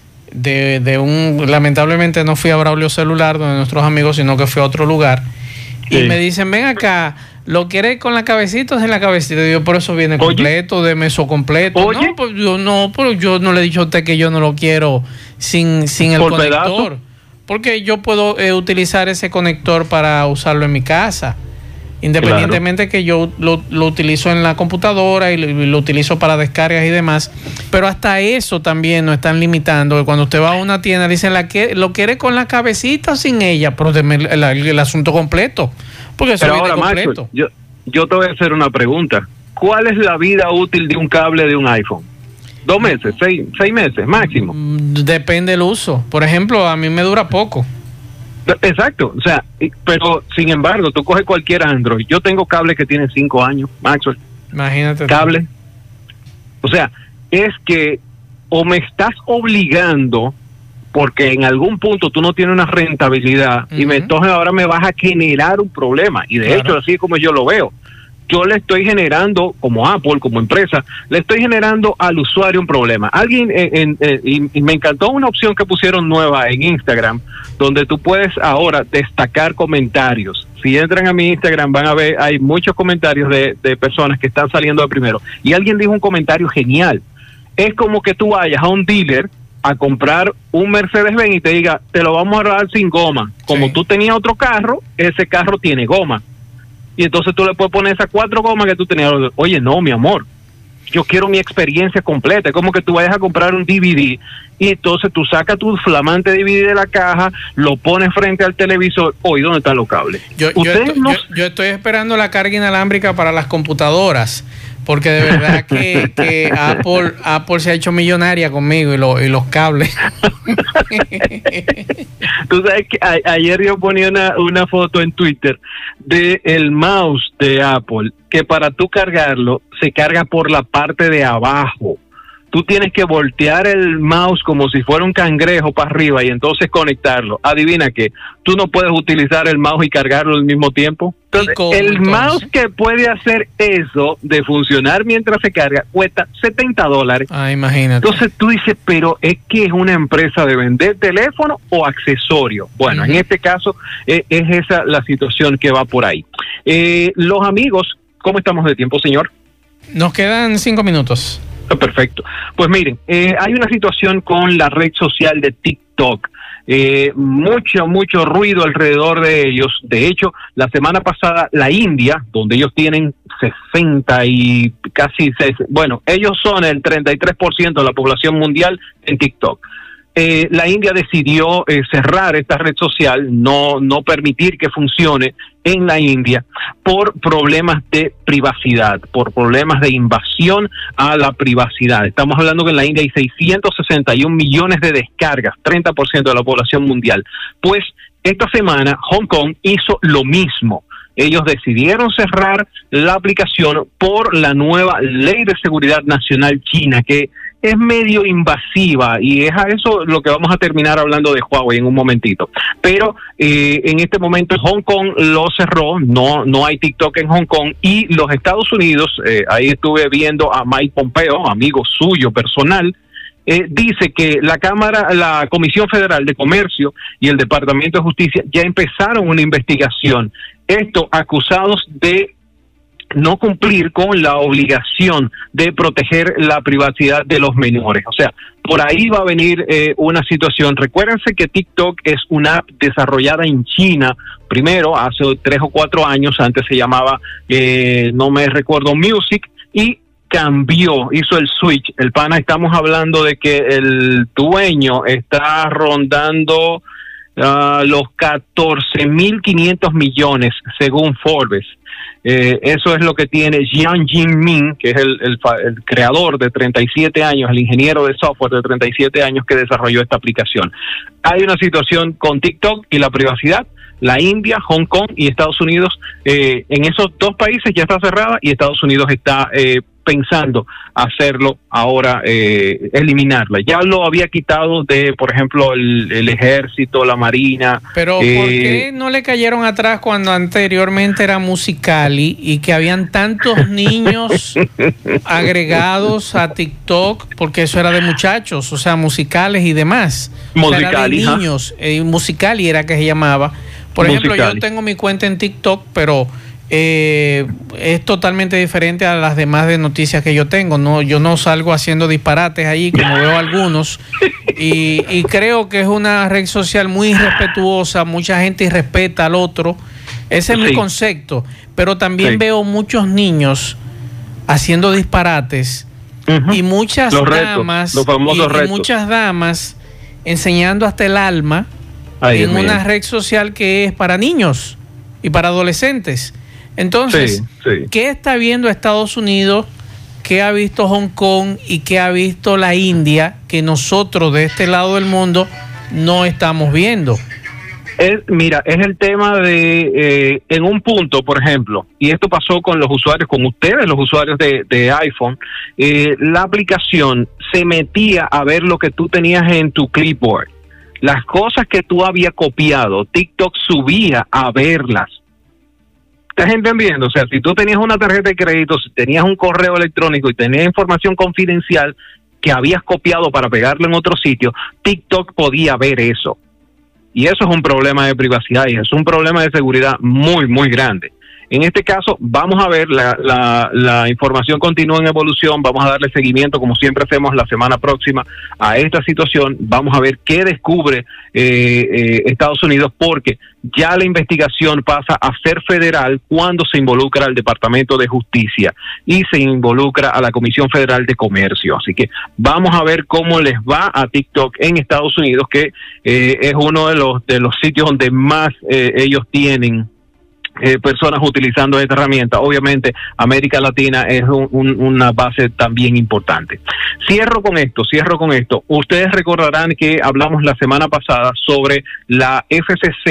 de, de un... Lamentablemente no fui a Braulio Celular, donde nuestros amigos, sino que fui a otro lugar. Sí. Y me dicen, ven acá, ¿lo quieres con la cabecita o sin la cabecita? Y yo, por eso viene Oye. completo, de meso completo. Oye. No, pues yo no, pero yo no le he dicho a usted que yo no lo quiero sin, sin el Por conector. pedazo. Porque yo puedo eh, utilizar ese conector para usarlo en mi casa. Independientemente que yo lo, lo utilizo en la computadora y lo, y lo utilizo para descargas y demás. Pero hasta eso también nos están limitando. Que cuando usted va a una tienda, dicen, ¿la que, ¿lo quiere con la cabecita o sin ella? Pero deme el, el, el asunto completo. Porque eso Pero viene ahora, completo. Maxwell, yo, yo te voy a hacer una pregunta. ¿Cuál es la vida útil de un cable de un iPhone? ¿Dos meses? ¿Seis, seis meses máximo? Mm, Depende del uso. Por ejemplo, a mí me dura poco. Exacto, o sea, y- pero sin embargo, tú coges cualquier Android. Yo tengo cable que tiene cinco años, Maxwell. Imagínate. tú. Cable. O sea, es que o me estás obligando porque en algún punto tú no tienes una rentabilidad y me, Ujú. entonces ahora me vas a generar un problema. Y de Claro. hecho, así es como yo lo veo. Yo le estoy generando, como Apple, como empresa, le estoy generando al usuario un problema. Alguien, en, en- en- y, y me encantó una opción que pusieron nueva en Instagram, donde tú puedes ahora destacar comentarios. Si entran a mi Instagram van a ver, hay muchos comentarios de, de personas que están saliendo de primero. Y alguien dijo un comentario genial. Es como que tú vayas a un dealer a comprar un Mercedes-Benz y te diga, te lo vamos a dar sin goma. Como Sí. tú tenías otro carro, ese carro tiene goma. Y entonces tú le puedes poner esas cuatro gomas que tú tenías. Oye, no, mi amor, yo quiero mi experiencia completa. Es como que tú vayas a comprar un D V D y entonces tú sacas tu flamante D V D de la caja, lo pones frente al televisor. Oye, ¿dónde están los cables? Yo, yo, Ustedes estoy, no- yo- yo estoy esperando la carga inalámbrica para las computadoras, porque de verdad que, que Apple, Apple se ha hecho millonaria conmigo y, lo, y los cables. Tú sabes que a- ayer yo ponía una, una foto en Twitter de el mouse de Apple, que para tú cargarlo se carga por la parte de abajo. tú tienes que voltear el mouse como si fuera un cangrejo para arriba y entonces conectarlo. Adivina qué, tú no puedes utilizar el mouse y cargarlo al mismo tiempo. Entonces, el entonces? mouse que puede hacer eso de funcionar mientras se carga cuesta setenta dólares. Ah, imagínate. Entonces tú dices, pero es que es una empresa de vender teléfono o accesorio. Bueno, uh-huh. en este caso eh, es esa la situación que va por ahí. Eh, los amigos, ¿cómo estamos de tiempo, señor? Nos quedan cinco minutos. Perfecto. Pues miren, eh, hay una situación con la red social de TikTok. Eh, mucho, mucho ruido alrededor de ellos. De hecho, la semana pasada la India, donde ellos tienen sesenta y casi, bueno, ellos son el treinta y tres por ciento de la población mundial en TikTok. Eh, la India decidió eh, cerrar esta red social, no, no permitir que funcione en la India por problemas de privacidad, por problemas de invasión a la privacidad. Estamos hablando que en la India hay seiscientos sesenta y un millones de descargas, treinta por ciento de la población mundial. Pues esta semana Hong Kong hizo lo mismo. Ellos decidieron cerrar la aplicación por la nueva Ley de Seguridad Nacional China, que es medio invasiva, y es a eso lo que vamos a terminar hablando de Huawei en un momentito. Pero eh, en este momento Hong Kong lo cerró, no no hay TikTok en Hong Kong, y los Estados Unidos, eh, ahí estuve viendo a Mike Pompeo, amigo suyo personal, eh, dice que la Cámara, la Comisión Federal de Comercio y el Departamento de Justicia ya empezaron una investigación. Esto acusados de no cumplir con la obligación de proteger la privacidad de los menores. O sea, por ahí va a venir eh, una situación. Recuérdense que TikTok es una app desarrollada en China, primero, hace tres o cuatro años, antes se llamaba, eh, no me recuerdo, Music, y cambió, hizo el switch. El pana, estamos hablando de que el dueño está rondando uh, los catorce mil quinientos millones, según Forbes. Eh, eso es lo que tiene Jiang Jinmin, que es el, el, el creador de treinta y siete años, el ingeniero de software de treinta y siete años que desarrolló esta aplicación. Hay una situación con TikTok y la privacidad. La India, Hong Kong y Estados Unidos, eh, en esos dos países ya está cerrada, y Estados Unidos está eh, pensando hacerlo ahora, eh, eliminarla. Ya lo había quitado de, por ejemplo, el, el ejército, la marina. Pero eh, ¿por qué no le cayeron atrás cuando anteriormente era Musical.ly y que habían tantos niños agregados a TikTok? Porque eso era de muchachos, o sea, musicales y demás. Musical.ly, o sea, era de niños, eh, Musical.ly era que se llamaba. Por ejemplo, Musical.ly. Yo tengo mi cuenta en TikTok, pero eh, es totalmente diferente a las demás de noticias que yo tengo. No, yo no salgo haciendo disparates ahí como veo algunos, y, y creo que es una red social muy irrespetuosa. Mucha gente irrespeta al otro. Ese es sí. mi concepto. Pero también sí. veo muchos niños haciendo disparates, uh-huh. y muchas los damas retos, los famosos y, retos. y muchas damas enseñando hasta el alma. Ay, en una red social que es para niños y para adolescentes. Entonces, sí, sí. ¿qué está viendo Estados Unidos? ¿Qué ha visto Hong Kong? ¿Y qué ha visto la India? Que nosotros de este lado del mundo no estamos viendo. Es, mira, es el tema de, eh, en un punto, por ejemplo, y esto pasó con los usuarios, con ustedes, los usuarios de, de iPhone, eh, la aplicación se metía a ver lo que tú tenías en tu clipboard. Las cosas que tú habías copiado, TikTok subía a verlas. ¿Estás entendiendo? O sea, si tú tenías una tarjeta de crédito, si tenías un correo electrónico y tenías información confidencial que habías copiado para pegarlo en otro sitio, TikTok podía ver eso. Y eso es un problema de privacidad y es un problema de seguridad muy, muy grande. En este caso, vamos a ver, la, la, la información continúa en evolución, vamos a darle seguimiento, como siempre hacemos la semana próxima, a esta situación. Vamos a ver qué descubre eh, eh, Estados Unidos, porque ya la investigación pasa a ser federal cuando se involucra al Departamento de Justicia y se involucra a la Comisión Federal de Comercio. Así que vamos a ver cómo les va a TikTok en Estados Unidos, que eh, es uno de los, de los sitios donde más eh, ellos tienen Eh, personas utilizando esta herramienta. Obviamente América Latina es un, un, una base también importante. Cierro con esto, cierro con esto. Ustedes recordarán que hablamos la semana pasada sobre la F C C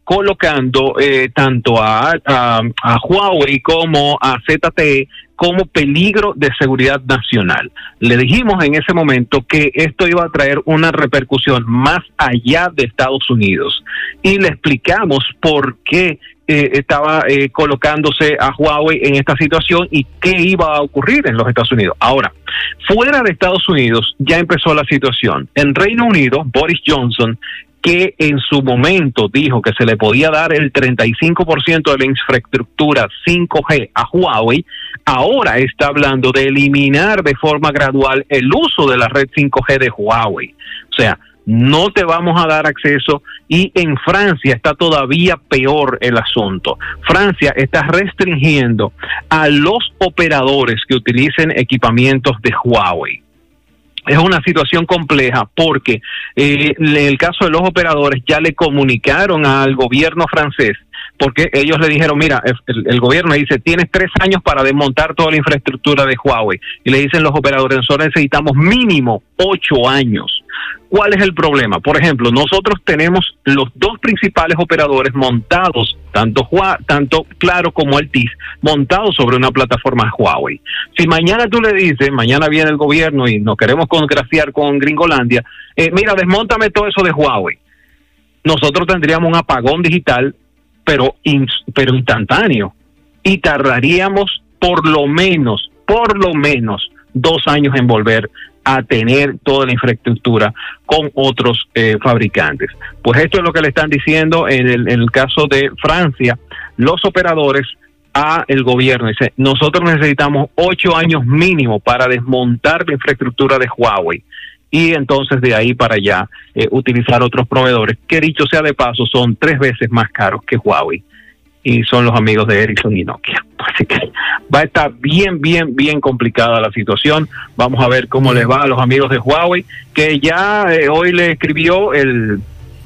colocando eh, tanto a, a, a Huawei como a Z T E como peligro de seguridad nacional. Le dijimos en ese momento que esto iba a traer una repercusión más allá de Estados Unidos y le explicamos por qué eh, estaba eh, colocándose a Huawei en esta situación y qué iba a ocurrir en los Estados Unidos. Ahora, fuera de Estados Unidos ya empezó la situación. En Reino Unido, Boris Johnson, que en su momento dijo que se le podía dar el treinta y cinco por ciento de la infraestructura cinco G a Huawei, ahora está hablando de eliminar de forma gradual el uso de la red cinco G de Huawei. O sea, no te vamos a dar acceso, y en Francia está todavía peor el asunto. Francia está restringiendo a los operadores que utilicen equipamientos de Huawei. Es una situación compleja porque eh, en el caso de los operadores ya le comunicaron al gobierno francés, porque ellos le dijeron, mira, el, el gobierno le dice, tienes tres años para desmontar toda la infraestructura de Huawei. Y le dicen los operadores, nosotros necesitamos mínimo ocho años. ¿Cuál es el problema? Por ejemplo, nosotros tenemos los dos principales operadores montados, tanto Hua, tanto Claro como Altice, montados sobre una plataforma Huawei. Si mañana tú le dices, mañana viene el gobierno y nos queremos congraciar con Gringolandia, eh, mira, desmóntame todo eso de Huawei. Nosotros tendríamos un apagón digital, pero, in, pero instantáneo, y tardaríamos por lo menos, por lo menos dos años en volver a tener toda la infraestructura con otros eh, fabricantes. Pues esto es lo que le están diciendo en el, en el caso de Francia, los operadores a el gobierno. Dice, nosotros necesitamos ocho años mínimo para desmontar la infraestructura de Huawei y entonces de ahí para allá eh, utilizar otros proveedores que, dicho sea de paso, son tres veces más caros que Huawei y son los amigos de Ericsson y Nokia. Así que va a estar bien, bien, bien complicada la situación. Vamos a ver cómo les va a los amigos de Huawei, que ya eh, hoy le escribió el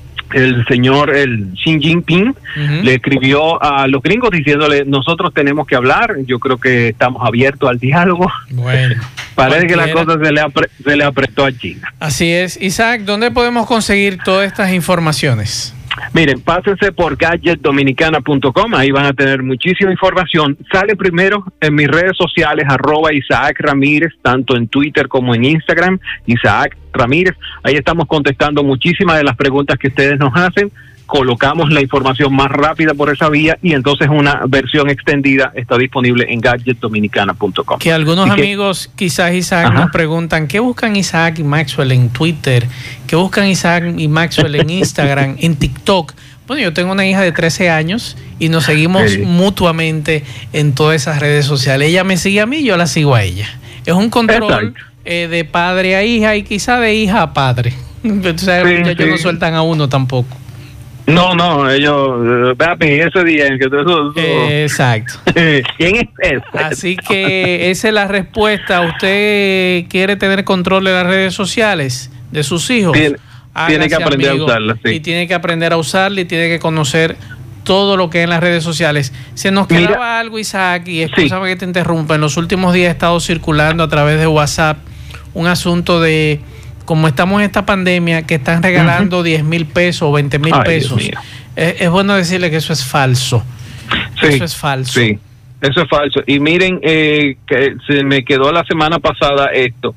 el señor el Xi Jinping, uh-huh. le escribió a los gringos diciéndole, nosotros tenemos que hablar, yo creo que estamos abiertos al diálogo. Bueno, parece cualquiera. Que la cosa se le, apre, se le apretó a China. Así es. Isaac, ¿dónde podemos conseguir todas estas informaciones? Miren, pásense por gadget dominicana punto com, ahí van a tener muchísima información. Sale primero en mis redes sociales, arroba Isaac Ramírez, tanto en Twitter como en Instagram, Isaac Ramírez. Ahí estamos contestando muchísimas de las preguntas que ustedes nos hacen. Colocamos la información más rápida por esa vía y entonces una versión extendida está disponible en gadget dominicana punto com. Que algunos que, amigos, quizás Isaac, ajá. nos preguntan, ¿qué buscan Isaac y Maxwell en Twitter? ¿Qué buscan Isaac y Maxwell en Instagram, en TikTok? Bueno, yo tengo una hija de trece años y nos seguimos sí. mutuamente en todas esas redes sociales. Ella me sigue a mí y yo la sigo a ella. Es un control eh, de padre a hija y quizá de hija a padre. Entonces, sí, ellos sí. no sueltan a uno tampoco. No, no, ellos, papi, ese día en que tú... Eso, eh, exacto. ¿Quién es ese? Así que esa es la respuesta. ¿Usted quiere tener control de las redes sociales de sus hijos? Tiene, tiene que aprender amigo, a usarlas, sí. Y tiene que aprender a usarla y tiene que conocer todo lo que hay en las redes sociales. Se nos quedaba Mira, algo, Isaac, y escúchame sí. que te interrumpa. En los últimos días he estado circulando a través de WhatsApp un asunto de... como estamos en esta pandemia, que están regalando uh-huh. diez mil pesos o veinte mil pesos. Es, es bueno decirle que eso es falso. Sí, eso es falso. Sí, eso es falso. Y miren, eh, que se me quedó la semana pasada esto.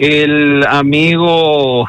El amigo,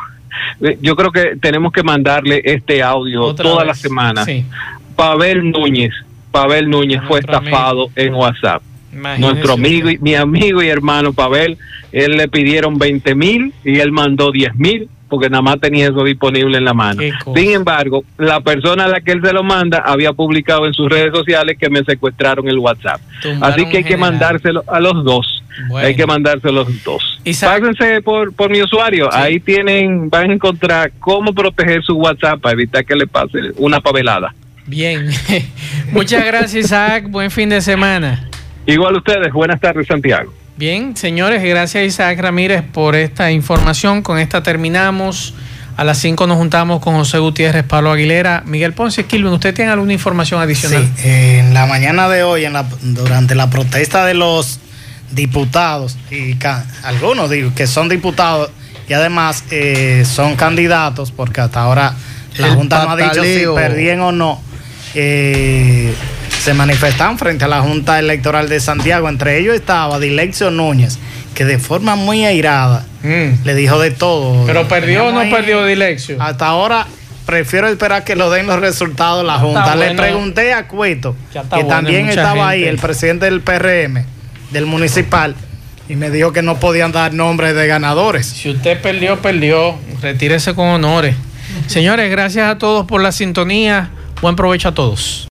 yo creo que tenemos que mandarle este audio Otra toda vez. la semana. Sí. Pavel Núñez, Pavel Núñez fue estafado amigo. en WhatsApp. Imagínese Nuestro amigo, y, mi amigo y hermano Pavel, él le pidieron veinte mil y él mandó diez mil porque nada más tenía eso disponible en la mano. Sin embargo, la persona a la que él se lo manda había publicado en sus redes sociales que me secuestraron el WhatsApp. Tumbaron Así que hay general. que mandárselo a los dos. Bueno. Hay que mandárselo a los dos. Isaac. Pásense por, por mi usuario. Sí. Ahí tienen, van a encontrar cómo proteger su WhatsApp para evitar que le pase una pavelada. Bien. Muchas gracias, Isaac. Buen fin de semana. Igual ustedes, buenas tardes, Santiago. Bien, señores, gracias Isaac Ramírez por esta información. Con esta terminamos. A las cinco nos juntamos con José Gutiérrez, Pablo Aguilera, Miguel Ponce. Kilvin, ¿usted tiene alguna información adicional? Sí, en la mañana de hoy, en la, durante la protesta de los diputados, y ca, algunos digo, que son diputados y además eh, son candidatos, porque hasta ahora la El Junta pataleo. no ha dicho si perdían o no. eh, se manifestaban frente a la Junta Electoral de Santiago. Entre ellos estaba Dilexio Núñez, que de forma muy airada mm. le dijo de todo. ¿Pero perdió o no perdió Dilexio? Hasta ahora prefiero esperar que lo den los resultados la Junta. Bueno. Le pregunté a Cueto, que bueno, también estaba gente. ahí, el presidente del P R M, del municipal, y me dijo que no podían dar nombres de ganadores. Si usted perdió, perdió. Retírese con honores. Señores, gracias a todos por la sintonía. Buen provecho a todos.